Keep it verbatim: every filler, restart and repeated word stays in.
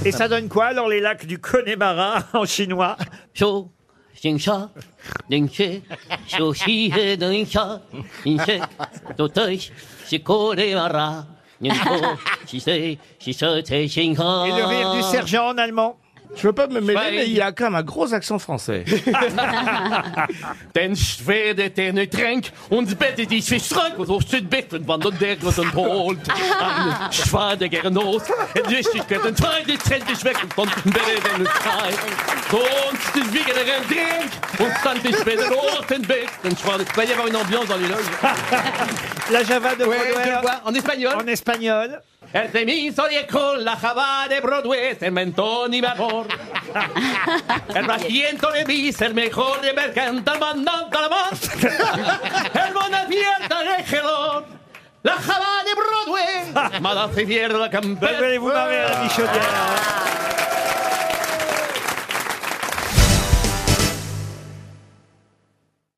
Et ça donne quoi alors les lacs du Connemara en chinois? Chou, xing sha, ding che, chou xi he ding sha, yin che, do te, xi Connemara, yin ko, xi se, xi se te xing ha. Et le rire du sergent en allemand? Je veux pas me mêler, mais il a quand même un gros accent français. Den Schwede, den Tränk, und bette dich für Schrank, und hoch steht Bett, und wandert der Gott und holt. Eine Schwade gern aus, und Wichtigkeit, und zwei, die trennt dich weg, und von dem Bett, wenn du frei. Und das wie der Tränk, und dann dich später hoch, den Bett, und Schwade. Il va y avoir une ambiance dans les loges. La Java de Ouais, Broadway. je vois. En espagnol. En espagnol. El temiso viejo, la java de Broadway, el mentón y mejor. El brasiento de bis, el mejor de mercante, el mandante alemán. El monafierta de gelón. La java de Broadway, mala se pierde la campera. Vous allez vous marrer à la Michaudière.